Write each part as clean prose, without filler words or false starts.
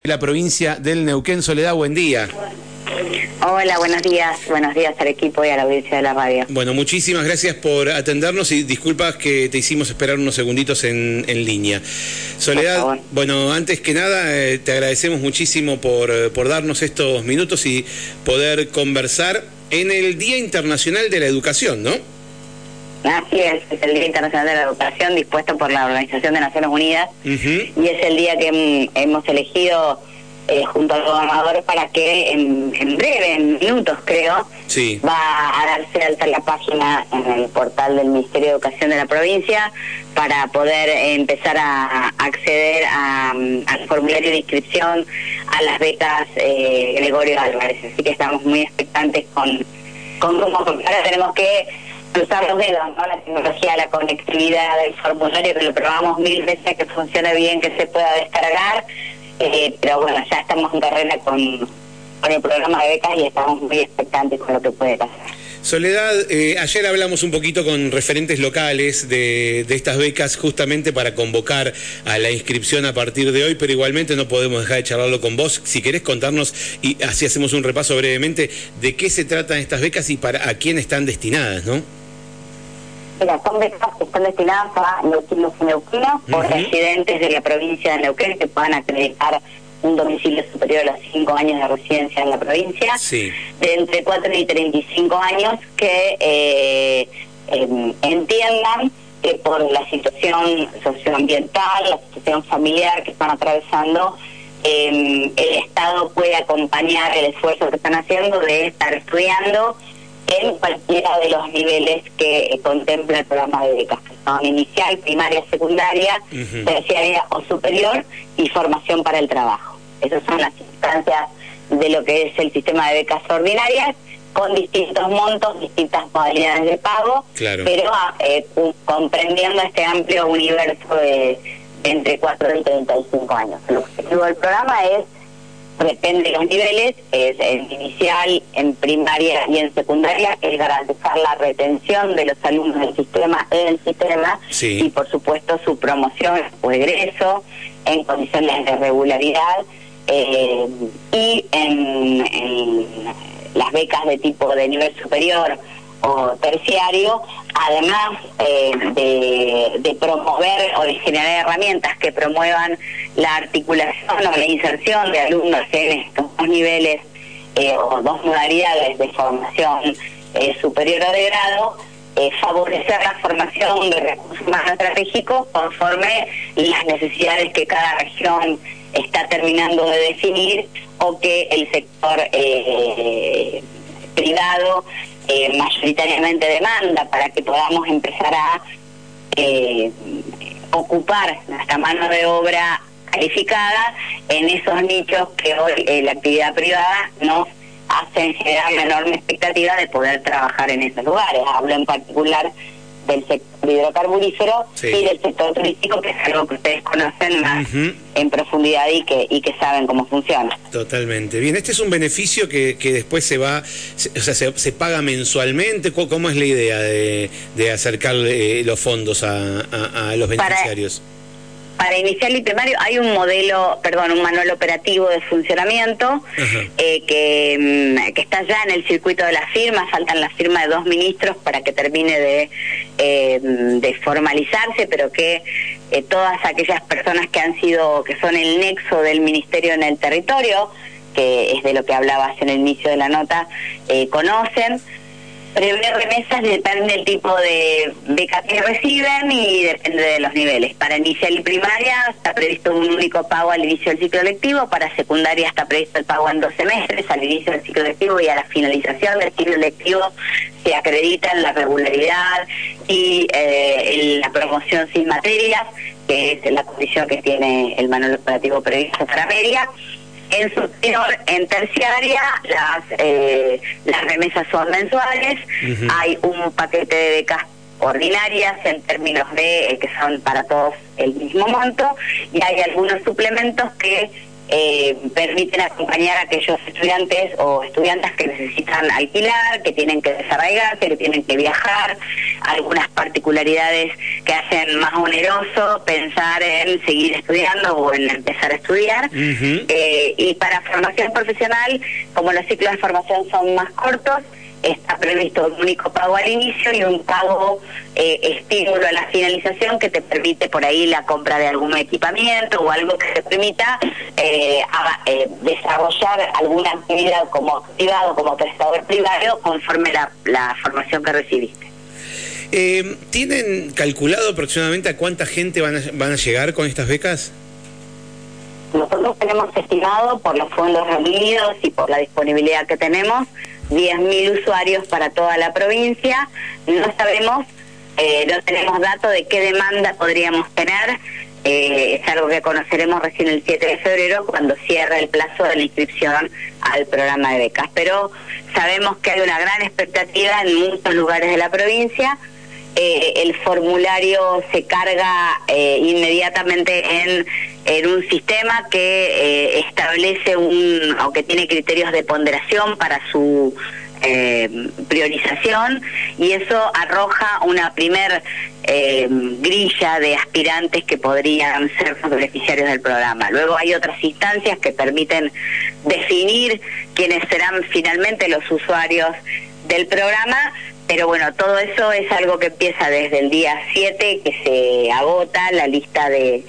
La provincia del Neuquén. Soledad, buen día. Hola, buenos días al equipo y a la audiencia de la radio. Bueno, muchísimas gracias por atendernos y disculpas que te hicimos esperar unos segunditos en línea. Soledad, bueno, antes que nada te agradecemos muchísimo por darnos estos minutos y poder conversar en el Día Internacional de la Educación, ¿no? Así es el Día Internacional de la Educación dispuesto por la Organización de Naciones Unidas y es el día que hemos elegido junto al gobernador para que en breve, en minutos creo, va a darse alta la página en el portal del Ministerio de Educación de la provincia para poder empezar a acceder al formulario de inscripción a las becas Gregorio Álvarez. Así que estamos muy expectantes con cómo, porque ahora tenemos que cruzar los dedos, ¿no? La tecnología, la conectividad del formulario, que lo probamos 1000 veces que funcione bien, que se pueda descargar, pero bueno, ya estamos en carrera con el programa de becas y estamos muy expectantes con lo que puede pasar. Soledad, ayer hablamos un poquito con referentes locales de estas becas justamente para convocar a la inscripción a partir de hoy, pero igualmente no podemos dejar de charlarlo con vos. Si querés contarnos, y así hacemos un repaso brevemente, de qué se tratan estas becas y a quién están destinadas, ¿no? Mira, son becas que están destinadas a neuquinos y neuquinas por residentes de la provincia de Neuquén que puedan acreditar un domicilio superior a los 5 años de residencia en la provincia, de entre 4 y 35 años, que entiendan que por la situación socioambiental, la situación familiar que están atravesando, el Estado puede acompañar el esfuerzo que están haciendo de estar estudiando en cualquiera de los niveles que contempla el programa de becas, que son inicial, primaria, secundaria, terciaria o superior, y formación para el trabajo. Esas son las instancias de lo que es el sistema de becas ordinarias, con distintos montos, distintas modalidades de pago, pero comprendiendo este amplio universo de entre 4 y 35 años. El objetivo del programa depende de los niveles, es en inicial, en primaria y en secundaria, es garantizar la retención de los alumnos del sistema en el sistema y por supuesto su promoción o egreso en condiciones de regularidad, y en las becas de tipo de nivel superior o terciario, además de promover o de generar herramientas que promuevan la articulación o la inserción de alumnos en estos dos niveles o dos modalidades de formación superior o de grado, favorecer la formación de recursos humanos estratégicos conforme las necesidades que cada región está terminando de definir o que el sector privado mayoritariamente demanda, para que podamos empezar a ocupar nuestra mano de obra calificada en esos nichos que hoy la actividad privada nos hace generar una enorme expectativa de poder trabajar en esos lugares. Hablo en particular del sector hidrocarburífero y del sector turístico, que es algo que ustedes conocen más en profundidad y que saben cómo funciona. Totalmente. Bien, este es un beneficio que después se paga mensualmente. ¿Cómo es la idea de acercar los fondos a los beneficiarios? Para inicial y primario hay un manual operativo de funcionamiento que está ya en el circuito de las firmas. Faltan las firmas de 2 ministros para que termine de formalizarse, pero que todas aquellas personas que son el nexo del ministerio en el territorio, que es de lo que hablabas en el inicio de la nota, conocen. Prevé remesas, depende del tipo de beca que reciben y depende de los niveles. Para inicial y primaria está previsto un único pago al inicio del ciclo lectivo. Para secundaria está previsto el pago en 2 semestres, al inicio del ciclo lectivo y a la finalización del ciclo lectivo se acredita la regularidad y la promoción sin materias, que es la condición que tiene el manual operativo previsto para media. En superior, en terciaria, las remesas son mensuales. Hay un paquete de becas ordinarias en términos de que son para todos el mismo monto, y hay algunos suplementos que permiten acompañar a aquellos estudiantes o estudiantas que necesitan alquilar, que tienen que desarraigarse, que tienen que viajar, algunas particularidades que hacen más oneroso pensar en seguir estudiando o en empezar a estudiar. Y para formación profesional, como los ciclos de formación son más cortos, está previsto un único pago al inicio y un pago estímulo a la finalización que te permite por ahí la compra de algún equipamiento o algo que te permita desarrollar alguna actividad como privado, como prestador privado, conforme la formación que recibiste. ¿Tienen calculado aproximadamente a cuánta gente van a llegar con estas becas? Nosotros tenemos estimado, por los fondos reunidos y por la disponibilidad que tenemos, 10.000 usuarios para toda la provincia. No sabemos, no tenemos datos de qué demanda podríamos tener. Es algo que conoceremos recién el 7 de febrero, cuando cierre el plazo de la inscripción al programa de becas. Pero sabemos que hay una gran expectativa en muchos lugares de la provincia. El formulario se carga inmediatamente en un sistema que establece o que tiene criterios de ponderación para su priorización, y eso arroja una primer grilla de aspirantes que podrían ser los beneficiarios del programa. Luego hay otras instancias que permiten definir quiénes serán finalmente los usuarios del programa. Pero bueno, todo eso es algo que empieza desde el día 7, que se agota la lista de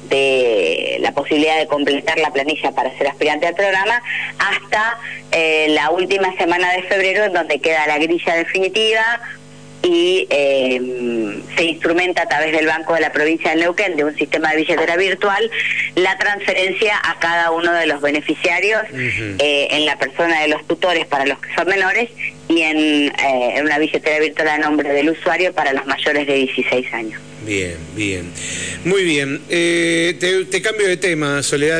la posibilidad de completar la planilla para ser aspirante al programa, hasta la última semana de febrero, en donde queda la grilla definitiva y se instrumenta a través del Banco de la Provincia de Neuquén, de un sistema de billetera virtual, la transferencia a cada uno de los beneficiarios en la persona de los tutores para los que son menores y en una billetera virtual a nombre del usuario para los mayores de 16 años. Bien, bien. Muy bien. Te cambio de tema, Soledad.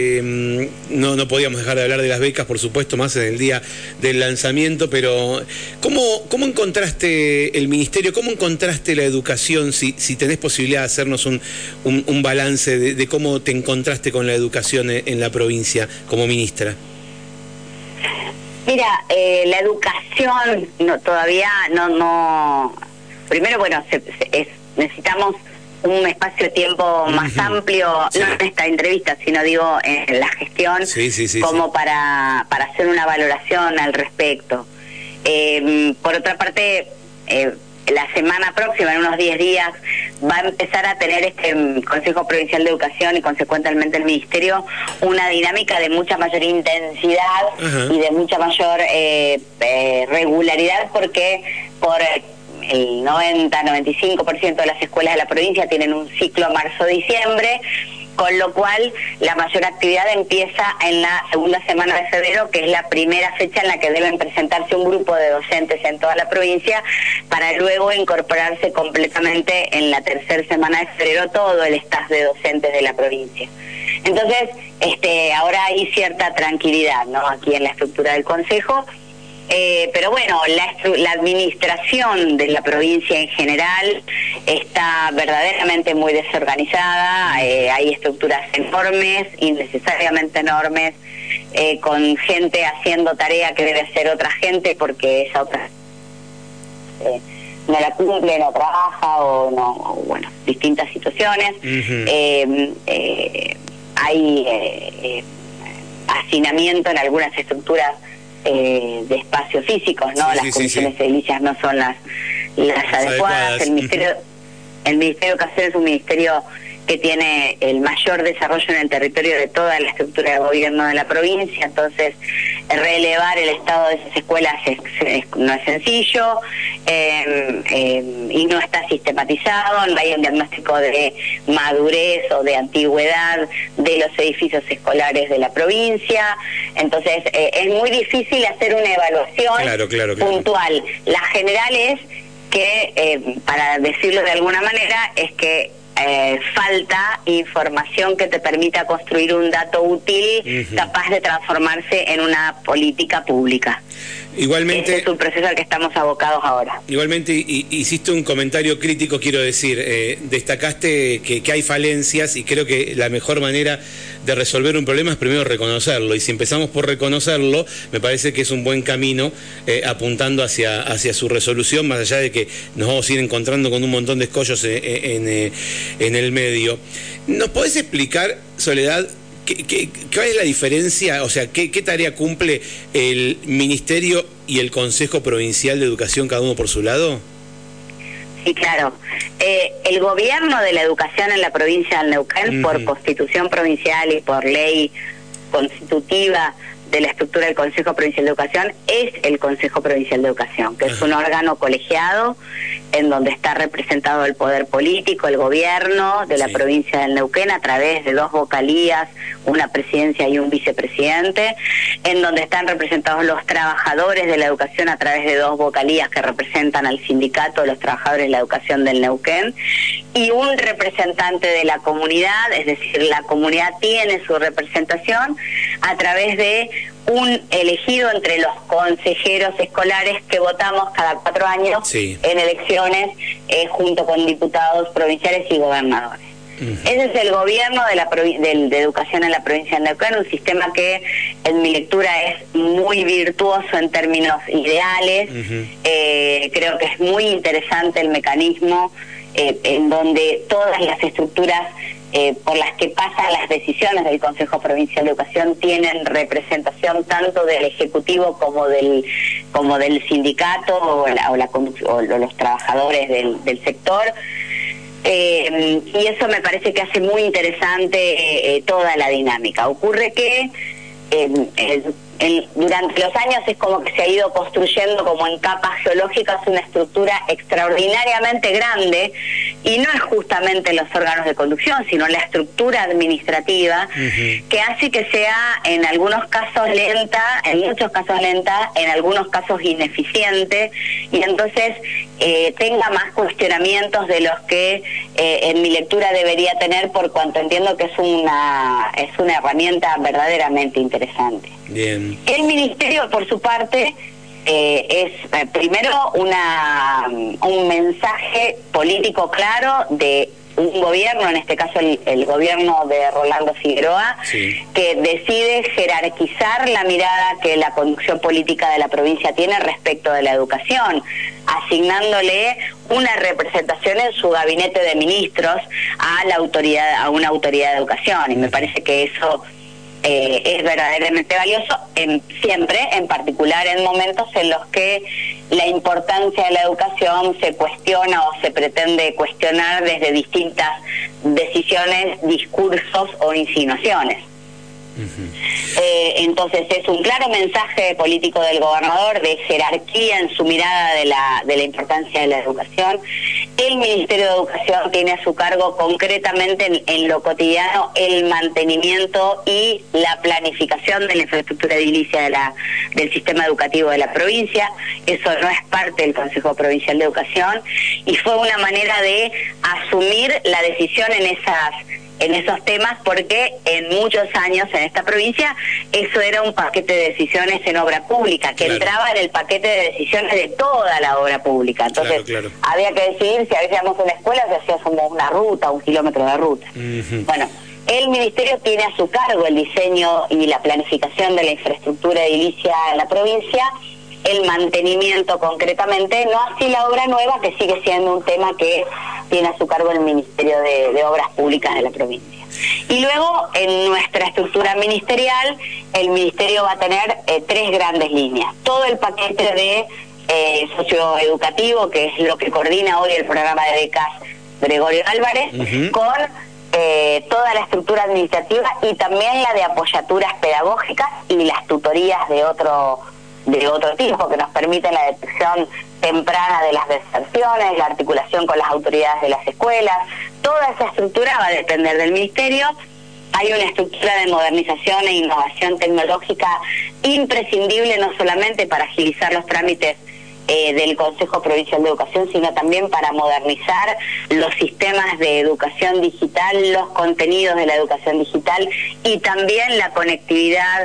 No podíamos dejar de hablar de las becas, por supuesto, más en el día del lanzamiento, pero ¿cómo encontraste el ministerio? ¿Cómo encontraste la educación? Si tenés posibilidad de hacernos un balance de cómo te encontraste con la educación en la provincia como ministra. Mira, la educación todavía no. Primero, bueno, necesitamos un espacio de tiempo más amplio, no en esta entrevista, sino digo en la gestión, como para hacer una valoración al respecto. Por otra parte, la semana próxima, en unos 10 días, va a empezar a tener este Consejo Provincial de Educación y consecuentemente el Ministerio una dinámica de mucha mayor intensidad y de mucha mayor regularidad, porque por el 90-95% de las escuelas de la provincia tienen un ciclo marzo-diciembre, con lo cual la mayor actividad empieza en la segunda semana de febrero, que es la primera fecha en la que deben presentarse un grupo de docentes en toda la provincia, para luego incorporarse completamente en la tercera semana de febrero todo el staff de docentes de la provincia. Entonces, ahora hay cierta tranquilidad, ¿no?, aquí en la estructura del Consejo. Pero bueno, la administración de la provincia en general está verdaderamente muy desorganizada. Hay estructuras enormes, innecesariamente enormes, con gente haciendo tarea que debe hacer otra gente porque esa otra no la cumple, no trabaja o no, bueno, distintas situaciones. Hay hacinamiento en algunas estructuras de espacios físicos, ¿no? Las condiciones edilicias no son las adecuadas. El Ministerio de Educación es un ministerio que tiene el mayor desarrollo en el territorio de toda la estructura de gobierno de la provincia, entonces relevar el estado de esas escuelas no es sencillo, y no está sistematizado, no hay un diagnóstico de madurez o de antigüedad de los edificios escolares de la provincia, entonces es muy difícil hacer una evaluación puntual. La general es que, para decirlo de alguna manera, es que falta información que te permita construir un dato útil capaz de transformarse en una política pública. Igualmente, ese es un proceso al que estamos abocados ahora. Igualmente hiciste un comentario crítico, quiero decir, destacaste que hay falencias y creo que la mejor manera de resolver un problema es primero reconocerlo, y si empezamos por reconocerlo, me parece que es un buen camino apuntando hacia su resolución, más allá de que nos vamos a ir encontrando con un montón de escollos en el medio. ¿Nos podés explicar, Soledad, cuál es la diferencia? O sea, ¿qué tarea cumple el Ministerio y el Consejo Provincial de Educación, cada uno por su lado? Sí, claro. El gobierno de la educación en la provincia del Neuquén, por constitución provincial y por ley constitutiva de la estructura del Consejo Provincial de Educación, es el Consejo Provincial de Educación, que es un órgano colegiado en donde está representado el poder político, el gobierno de la provincia del Neuquén, a través de 2 vocalías, una presidencia y un vicepresidente, en donde están representados los trabajadores de la educación a través de 2 vocalías que representan al sindicato de los trabajadores de la educación del Neuquén, y un representante de la comunidad, es decir, la comunidad tiene su representación a través de un elegido entre los consejeros escolares que votamos cada 4 años en elecciones junto con diputados provinciales y gobernadores. Ese es el gobierno de educación en la provincia de Neuquén, un sistema que en mi lectura es muy virtuoso en términos ideales. Creo que es muy interesante el mecanismo en donde todas las estructuras por las que pasan las decisiones del Consejo Provincial de Educación tienen representación tanto del Ejecutivo como del sindicato o los trabajadores del sector. Y eso me parece que hace muy interesante toda la dinámica. Ocurre que durante los años es como que se ha ido construyendo como en capas geológicas una estructura extraordinariamente grande, y no es justamente los órganos de conducción, sino la estructura administrativa que hace que sea en algunos casos lenta, en muchos casos lenta, en algunos casos ineficiente, y entonces tenga más cuestionamientos de los que en mi lectura debería tener, por cuanto entiendo que es una herramienta verdaderamente interesante. Bien. El Ministerio, por su parte, es primero un mensaje político claro de un gobierno, en este caso el gobierno de Rolando Figueroa, que decide jerarquizar la mirada que la conducción política de la provincia tiene respecto de la educación, asignándole una representación en su gabinete de ministros a una autoridad de educación, y me parece que eso es verdaderamente valioso, siempre, en particular en momentos en los que la importancia de la educación se cuestiona o se pretende cuestionar desde distintas decisiones, discursos o insinuaciones. Entonces es un claro mensaje político del gobernador de jerarquía en su mirada de la importancia de la educación. El Ministerio de Educación tiene a su cargo concretamente en lo cotidiano el mantenimiento y la planificación de la infraestructura edilicia del sistema educativo de la provincia. Eso no es parte del Consejo Provincial de Educación, y fue una manera de asumir la decisión en esos temas, porque en muchos años en esta provincia eso era un paquete de decisiones en obra pública, que entraba en el paquete de decisiones de toda la obra pública. Entonces había que decidir si hacíamos una escuela o si hacíamos una ruta, 1 kilómetro de ruta. Bueno, el Ministerio tiene a su cargo el diseño y la planificación de la infraestructura edilicia en la provincia, el mantenimiento concretamente, no así la obra nueva, que sigue siendo un tema que tiene a su cargo el Ministerio de Obras Públicas de la provincia. Y luego, en nuestra estructura ministerial, el Ministerio va a tener 3 grandes líneas. Todo el paquete de socioeducativo, que es lo que coordina hoy el programa de becas Gregorio Álvarez, con toda la estructura administrativa y también la de apoyaturas pedagógicas y las tutorías de otro tipo, que nos permiten la detección temprana de las deserciones, la articulación con las autoridades de las escuelas. Toda esa estructura va a depender del Ministerio. Hay una estructura de modernización e innovación tecnológica imprescindible, no solamente para agilizar los trámites del Consejo Provincial de Educación, sino también para modernizar los sistemas de educación digital, los contenidos de la educación digital y también la conectividad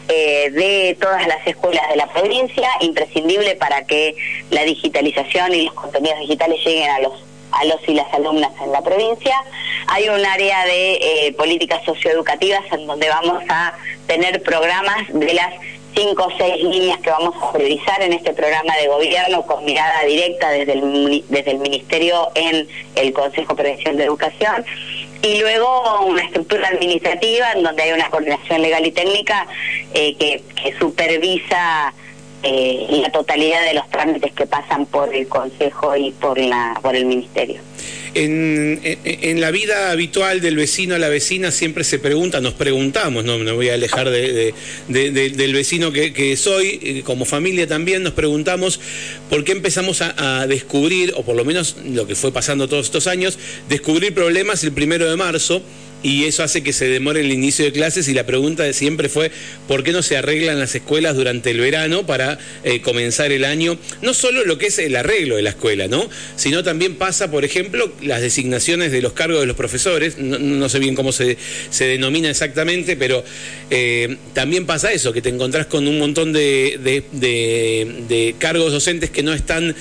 de todas las escuelas de la provincia, imprescindible para que la digitalización y los contenidos digitales lleguen a los y las alumnas en la provincia. Hay un área de políticas socioeducativas en donde vamos a tener programas de las 5 o 6 líneas que vamos a priorizar en este programa de gobierno con mirada directa desde el Ministerio en el Consejo de Prevención de Educación. Y luego una estructura administrativa en donde hay una coordinación legal y técnica que supervisa la totalidad de los trámites que pasan por el Consejo y por el Ministerio. En la vida habitual del vecino a la vecina siempre se pregunta, nos preguntamos, no me voy a alejar del vecino que soy, como familia también nos preguntamos por qué empezamos a descubrir, o por lo menos lo que fue pasando todos estos años, descubrir problemas el 1 de marzo, y eso hace que se demore el inicio de clases, y la pregunta de siempre fue ¿por qué no se arreglan las escuelas durante el verano para comenzar el año? No solo lo que es el arreglo de la escuela, ¿no?, sino también pasa, por ejemplo, las designaciones de los cargos de los profesores, no sé bien cómo se denomina exactamente, pero también pasa eso, que te encontrás con un montón de cargos docentes que no están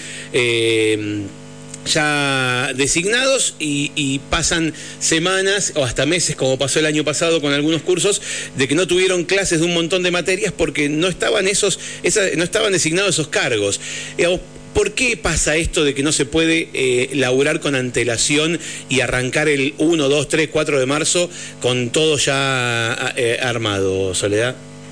ya designados y pasan semanas o hasta meses, como pasó el año pasado con algunos cursos, de que no tuvieron clases de un montón de materias porque no estaban no estaban designados esos cargos. ¿Por qué pasa esto de que no se puede laburar con antelación y arrancar el 1, 2, 3, 4 de marzo con todo ya armado, Soledad?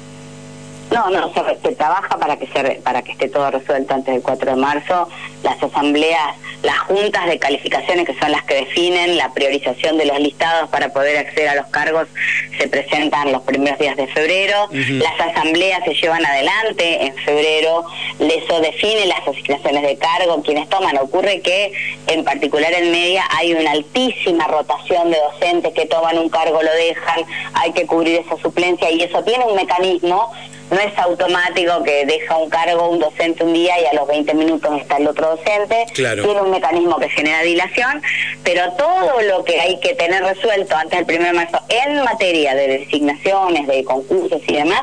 No, se trabaja para que esté todo resuelto antes del 4 de marzo. Las asambleas, las juntas de calificaciones, que son las que definen la priorización de los listados para poder acceder a los cargos, se presentan los primeros días de febrero. Las asambleas se llevan adelante en febrero. Eso define las asignaciones de cargo, quienes toman. Ocurre que, en particular en media, hay una altísima rotación de docentes que toman un cargo, lo dejan, hay que cubrir esa suplencia, y eso tiene un mecanismo. No es automático que deja un cargo un docente un día y a los 20 minutos está el otro docente. Claro. Tiene un mecanismo que genera dilación, pero todo lo que hay que tener resuelto antes del 1 de marzo en materia de designaciones, de concursos y demás,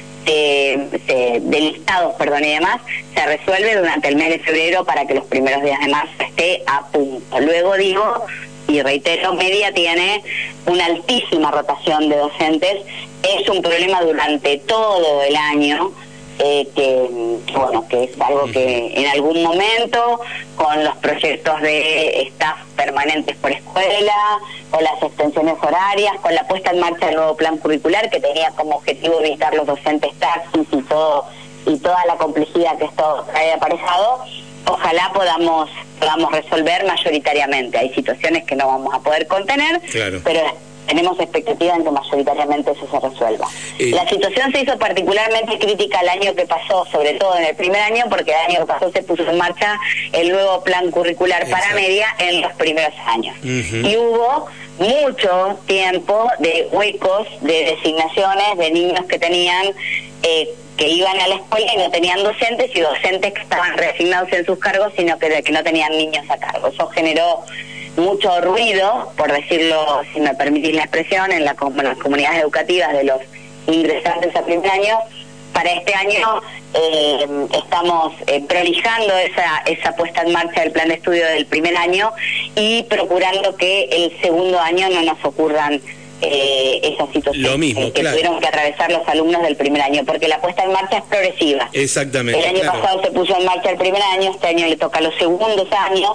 de listados, y demás, se resuelve durante el mes de febrero para que los primeros días de marzo esté a punto. Luego digo, y reitero, media tiene una altísima rotación de docentes. Es un problema durante todo el año, que es algo que en algún momento, con los proyectos de staff permanentes por escuela, con las extensiones horarias, con la puesta en marcha del nuevo plan curricular, que tenía como objetivo evitar los docentes taxis y toda la complejidad que esto trae aparejado, ojalá podamos resolver mayoritariamente. Hay situaciones que no vamos a poder contener, claro, pero tenemos expectativa en que mayoritariamente eso se resuelva. La situación se hizo particularmente crítica el año que pasó, sobre todo en el primer año, porque el año que pasó se puso en marcha el nuevo plan curricular para media en los primeros años. Y hubo mucho tiempo de huecos, de designaciones de niños que tenían que iban a la escuela y no tenían docentes, y docentes que estaban reasignados en sus cargos, sino que no tenían niños a cargo. Eso generó mucho ruido, por decirlo, si me permitís la expresión, en las comunidades educativas de los ingresantes a primer año. Para este año estamos prolijando esa puesta en marcha del plan de estudio del primer año y procurando que el segundo año no nos ocurran esas situaciones lo mismo, que claro, tuvieron que atravesar los alumnos del primer año, porque la puesta en marcha es progresiva. Exactamente. El año pasado se puso en marcha el primer año, este año le toca a los segundos años,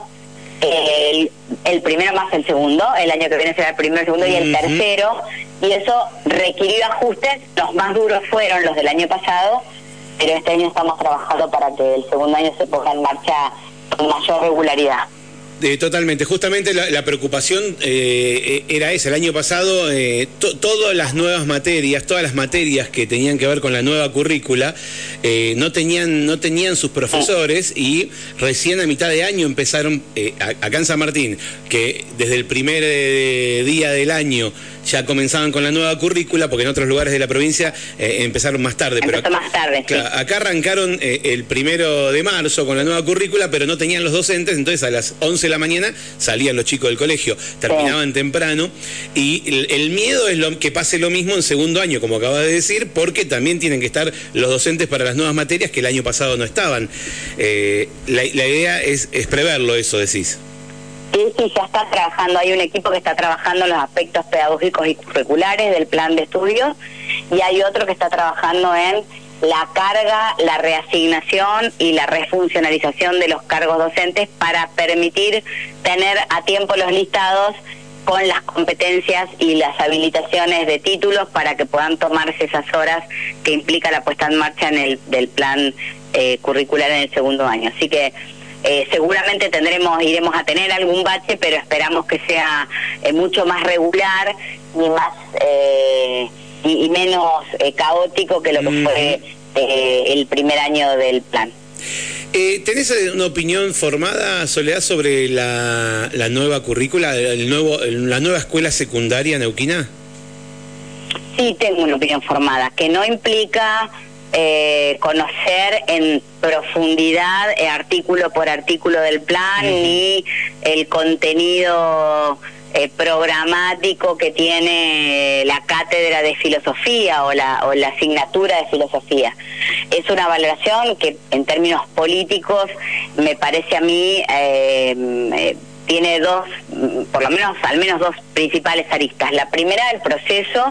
el primero más el segundo, el año que viene será el primero, el segundo y el tercero, y eso requirió ajustes. Los más duros fueron los del año pasado, pero este año estamos trabajando para que el segundo año se ponga en marcha con mayor regularidad. Totalmente, justamente la preocupación era esa. El año pasado todas las nuevas materias, todas las materias que tenían que ver con la nueva currícula no tenían sus profesores, y recién a mitad de año empezaron, acá en San Martín, que desde el primer día del año ya comenzaban con la nueva currícula, porque en otros lugares de la provincia empezaron más tarde. Empezó más tarde, claro, sí. Acá arrancaron el 1 de marzo con la nueva currícula, pero no tenían los docentes, entonces a las 11 de la mañana salían los chicos del colegio, terminaban temprano, y el miedo es que pase lo mismo en segundo año, como acaba de decir, porque también tienen que estar los docentes para las nuevas materias que el año pasado no estaban. La idea es preverlo, eso decís. Sí, ya está trabajando, hay un equipo que está trabajando en los aspectos pedagógicos y curriculares del plan de estudios, y hay otro que está trabajando en la carga, la reasignación y la refuncionalización de los cargos docentes para permitir tener a tiempo los listados con las competencias y las habilitaciones de títulos para que puedan tomarse esas horas que implica la puesta en marcha del plan curricular en el segundo año. Así que seguramente iremos a tener algún bache, pero esperamos que sea mucho más regular y más y menos caótico que lo que fue el primer año del plan. ¿Tenés una opinión formada, Soledad, sobre la nueva currícula, la nueva escuela secundaria neuquina? Sí, tengo una opinión formada, que no implica conocer en profundidad artículo por artículo del plan, ni el contenido programático que tiene la cátedra de filosofía o la asignatura de filosofía. Es una valoración que en términos políticos me parece a mí tiene al menos dos principales aristas. La primera, el proceso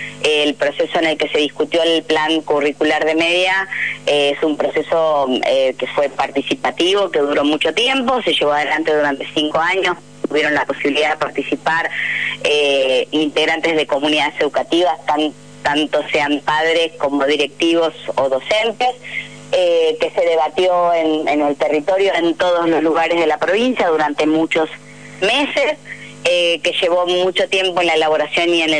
en el que se discutió el plan curricular de media es un proceso que fue participativo, que duró mucho tiempo, se llevó adelante durante 5 años, tuvieron la posibilidad de participar integrantes de comunidades educativas, tanto sean padres como directivos o docentes, que se debatió en el territorio, en todos los lugares de la provincia durante muchos meses, que llevó mucho tiempo en la elaboración y en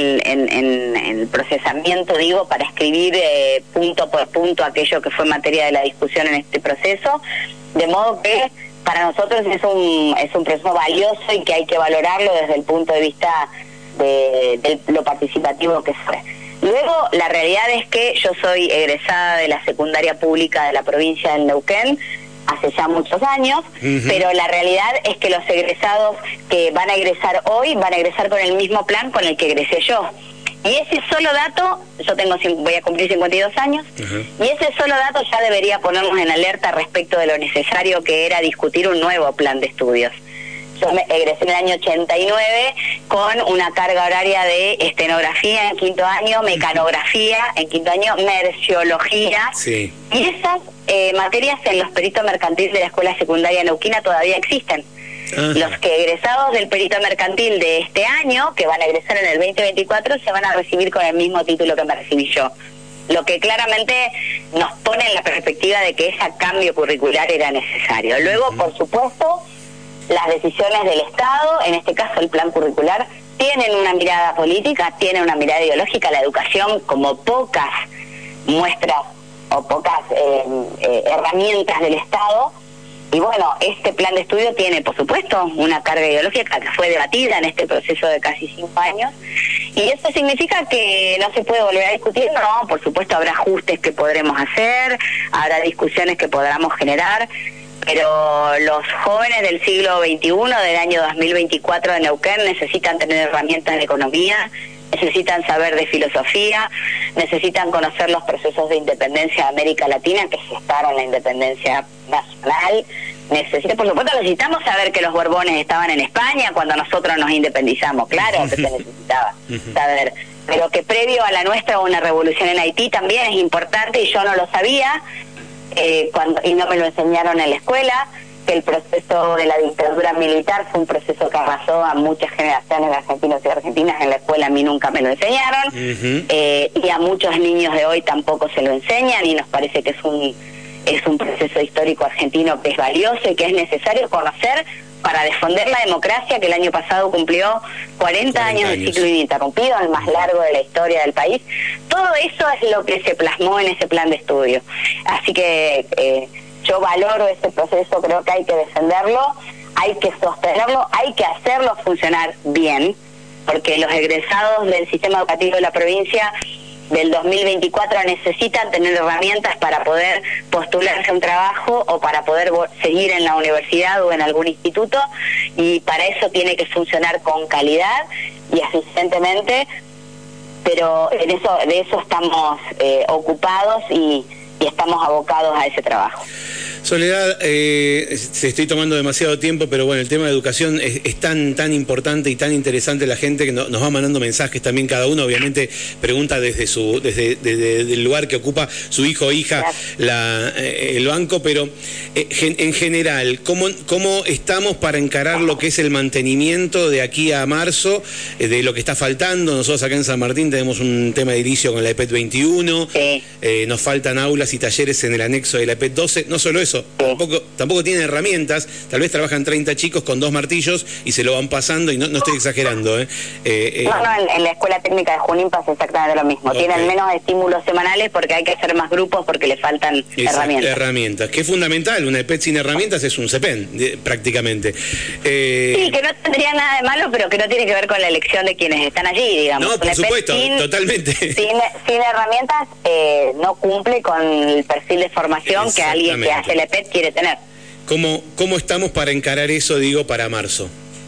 el procesamiento, para escribir punto por punto aquello que fue materia de la discusión en este proceso, de modo que para nosotros es un proceso valioso y que hay que valorarlo desde el punto de vista de lo participativo que fue. Luego, la realidad es que yo soy egresada de la secundaria pública de la provincia del Neuquén, hace ya muchos años, pero la realidad es que los egresados que van a egresar hoy van a egresar con el mismo plan con el que egresé yo. Y ese solo dato, voy a cumplir 52 años, y ese solo dato ya debería ponernos en alerta respecto de lo necesario que era discutir un nuevo plan de estudios. Yo me egresé en el año 89 con una carga horaria de estenografía en quinto año, mecanografía en quinto año, merciología, y esas materias en los peritos mercantiles de la escuela secundaria neuquina todavía existen. Los que egresados del perito mercantil de este año, que van a egresar en el 2024, se van a recibir con el mismo título que me recibí yo. Lo que claramente nos pone en la perspectiva de que ese cambio curricular era necesario. Luego, por supuesto, las decisiones del Estado, en este caso el plan curricular, tienen una mirada política, tienen una mirada ideológica. La educación, como pocas muestras o pocas herramientas del Estado. Y bueno, este plan de estudio tiene, por supuesto, una carga ideológica que fue debatida en este proceso de casi 5 años. ¿Y eso significa que no se puede volver a discutir? No, por supuesto habrá ajustes que podremos hacer, habrá discusiones que podamos generar, pero los jóvenes del siglo XXI, del año 2024 de Neuquén, necesitan tener herramientas de economía, necesitan saber de filosofía, necesitan conocer los procesos de independencia de América Latina que gestaron la independencia nacional. Por supuesto, necesitamos saber que los Borbones estaban en España cuando nosotros nos independizamos, claro que se necesitaba saber, pero que previo a la nuestra hubo una revolución en Haití también es importante, y yo no lo sabía y no me lo enseñaron en la escuela, que el proceso de la dictadura militar fue un proceso que arrasó a muchas generaciones de argentinos y argentinas. En la escuela a mí nunca me lo enseñaron, y a muchos niños de hoy tampoco se lo enseñan, y nos parece que es un proceso histórico argentino que es valioso y que es necesario conocer para defender la democracia, que el año pasado cumplió 40 años de ciclo ininterrumpido, el más largo de la historia del país. Todo eso es lo que se plasmó en ese plan de estudio. Así que yo valoro ese proceso, creo que hay que defenderlo, hay que sostenerlo, hay que hacerlo funcionar bien, porque los egresados del sistema educativo de la provincia del 2024 necesitan tener herramientas para poder postularse a un trabajo o para poder seguir en la universidad o en algún instituto, y para eso tiene que funcionar con calidad y eficientemente, pero de eso estamos ocupados y estamos abocados a ese trabajo. Soledad, se estoy tomando demasiado tiempo, pero bueno, el tema de educación es tan importante y tan interesante. La gente que nos va mandando mensajes también, cada uno obviamente pregunta desde el lugar que ocupa su hijo o hija el banco, pero en general, ¿cómo estamos para encarar lo que es el mantenimiento de aquí a marzo, de lo que está faltando? Nosotros acá en San Martín tenemos un tema de inicio con la EPET 21, nos faltan aulas y talleres en el anexo de la EPET 12, no solo eso, tampoco tienen herramientas, tal vez trabajan 30 chicos con 2 martillos y se lo van pasando, y no estoy exagerando. No, en la Escuela Técnica de Junín pasa exactamente lo mismo. Tienen menos estímulos semanales porque hay que hacer más grupos porque le faltan herramientas. Que es fundamental, una EPET sin herramientas es un CEPEN, prácticamente. Sí, que no tendría nada de malo, pero que no tiene que ver con la elección de quienes están allí, digamos. No, por supuesto, totalmente. Sin herramientas no cumple con el perfil de formación que alguien que hace la EPET quiere tener. ¿Cómo estamos para encarar eso, digo, para marzo?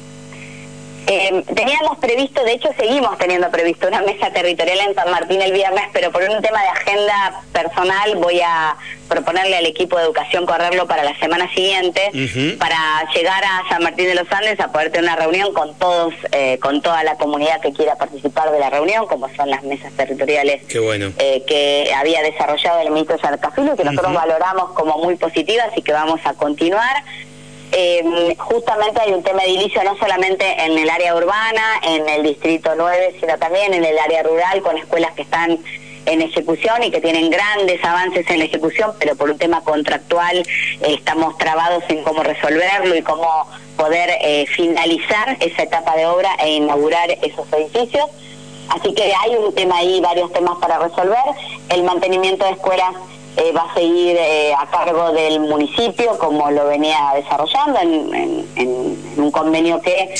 Teníamos previsto, de hecho seguimos teniendo previsto una mesa territorial en San Martín el viernes, pero por un tema de agenda personal voy a proponerle al equipo de educación correrlo para la semana siguiente, para llegar a San Martín de los Andes a poder tener una reunión con todos, con toda la comunidad que quiera participar de la reunión, como son las mesas territoriales. Qué bueno. Que había desarrollado el ministro Yarcafilo y que nosotros valoramos como muy positivas y que vamos a continuar. Justamente hay un tema edilicio no solamente en el área urbana, en el distrito 9, sino también en el área rural, con escuelas que están en ejecución y que tienen grandes avances en la ejecución, pero por un tema contractual estamos trabados en cómo resolverlo y cómo poder finalizar esa etapa de obra e inaugurar esos edificios. Así que hay un tema ahí, varios temas para resolver. El mantenimiento de escuelas va a seguir a cargo del municipio, como lo venía desarrollando en un convenio que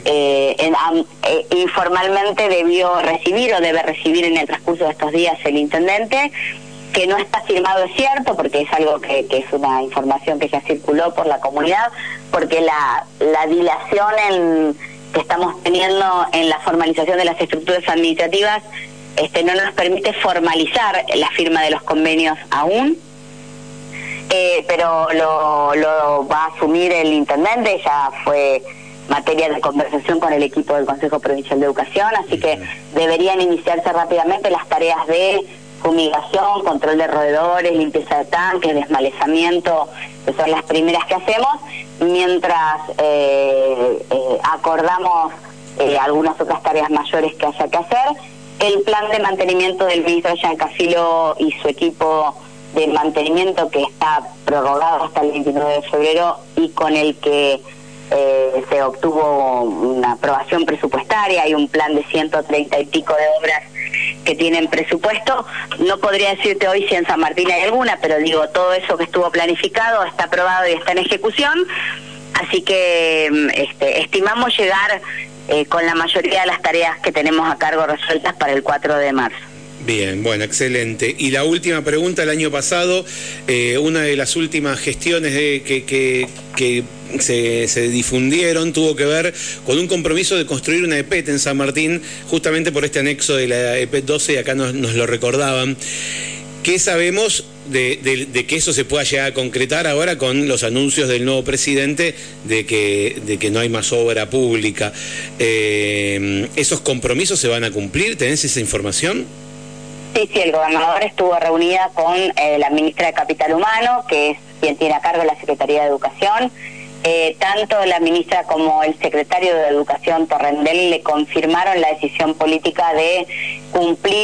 informalmente debió recibir o debe recibir en el transcurso de estos días el intendente, que no está firmado, es cierto, porque es algo que es una información que ya circuló por la comunidad, porque la dilación que estamos teniendo en la formalización de las estructuras administrativas no nos permite formalizar la firma de los convenios aún, pero lo va a asumir el intendente, ya fue materia de conversación con el equipo del Consejo Provincial de Educación, así que deberían iniciarse rápidamente las tareas de fumigación, control de roedores, limpieza de tanques, desmalezamiento, que son las primeras que hacemos, mientras acordamos algunas otras tareas mayores que haya que hacer. El plan de mantenimiento del ministro Yarcafilo y su equipo de mantenimiento, que está prorrogado hasta el 29 de febrero y con el que se obtuvo una aprobación presupuestaria, hay un plan de 130 y pico de obras que tienen presupuesto. No podría decirte hoy si en San Martín hay alguna, pero digo, todo eso que estuvo planificado está aprobado y está en ejecución, así que estimamos llegar con la mayoría de las tareas que tenemos a cargo resueltas para el 4 de marzo. Bien, bueno, excelente. Y la última pregunta, el año pasado, una de las últimas gestiones que se difundieron tuvo que ver con un compromiso de construir una EPET en San Martín, justamente por este anexo de la EPET 12, y acá nos lo recordaban. ¿Qué sabemos de que eso se pueda llegar a concretar ahora con los anuncios del nuevo presidente de que no hay más obra pública? ¿Esos compromisos se van a cumplir? ¿Tenés esa información? Sí, el gobernador estuvo reunida con la ministra de Capital Humano, que es quien tiene a cargo la Secretaría de Educación. Tanto la ministra como el secretario de Educación, Torrendel, le confirmaron la decisión política de cumplir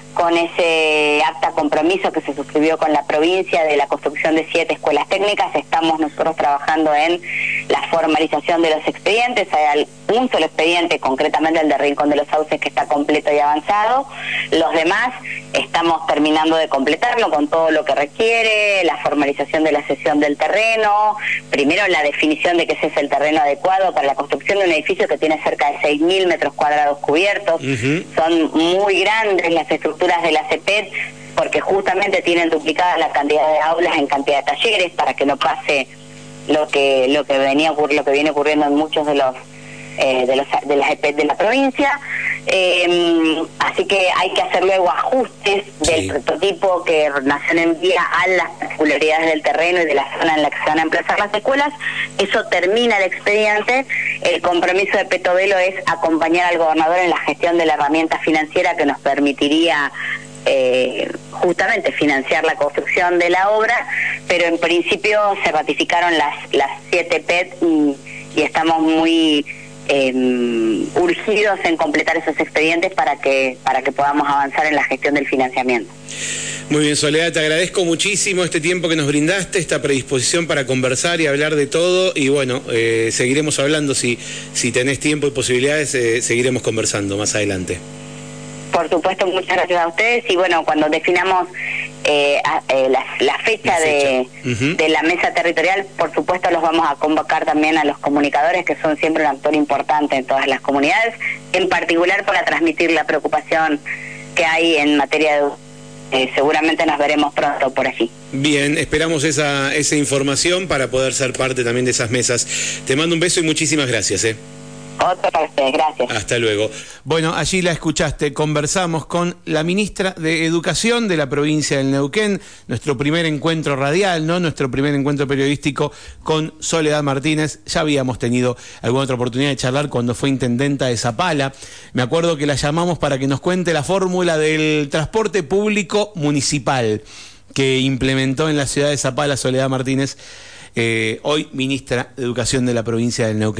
con ese acta compromiso que se suscribió con la provincia de la construcción de 7 escuelas técnicas. Estamos nosotros trabajando en la formalización de los expedientes. Hay un solo expediente, concretamente el de Rincón de los Sauces, que está completo y avanzado. Los demás estamos terminando de completarlo con todo lo que requiere, la formalización de la cesión del terreno, primero la definición de que ese es el terreno adecuado para la construcción de un edificio que tiene cerca de 6.000 metros cuadrados cubiertos. Son muy grandes las estructuras de la CEPET, porque justamente tienen duplicada la cantidad de aulas en cantidad de talleres, para que no pase lo que viene ocurriendo en muchos de las EPET de la provincia. Así que hay que hacer luego ajustes del prototipo que Nación envía a las particularidades del terreno y de la zona en la que se van a emplazar las escuelas. Eso termina el expediente. El compromiso de Petovelo es acompañar al gobernador en la gestión de la herramienta financiera que nos permitiría justamente financiar la construcción de la obra, pero en principio se ratificaron las 7 PET y estamos muy urgidos en completar esos expedientes para que podamos avanzar en la gestión del financiamiento. Muy bien, Soledad, te agradezco muchísimo este tiempo que nos brindaste, esta predisposición para conversar y hablar de todo, y bueno, seguiremos hablando, si tenés tiempo y posibilidades, seguiremos conversando más adelante. Por supuesto, muchas gracias a ustedes, y bueno, cuando definamos la fecha de la mesa territorial, por supuesto los vamos a convocar también a los comunicadores, que son siempre un actor importante en todas las comunidades, en particular para transmitir la preocupación que hay en materia de seguramente nos veremos pronto por allí. Bien, esperamos esa información para poder ser parte también de esas mesas. Te mando un beso y muchísimas gracias. Otro para ustedes, gracias. Hasta luego. Bueno, allí la escuchaste, conversamos con la ministra de Educación de la provincia del Neuquén, nuestro primer encuentro radial, ¿no? Nuestro primer encuentro periodístico con Soledad Martínez. Ya habíamos tenido alguna otra oportunidad de charlar cuando fue intendenta de Zapala. Me acuerdo que la llamamos para que nos cuente la fórmula del transporte público municipal que implementó en la ciudad de Zapala Soledad Martínez, hoy ministra de Educación de la provincia del Neuquén.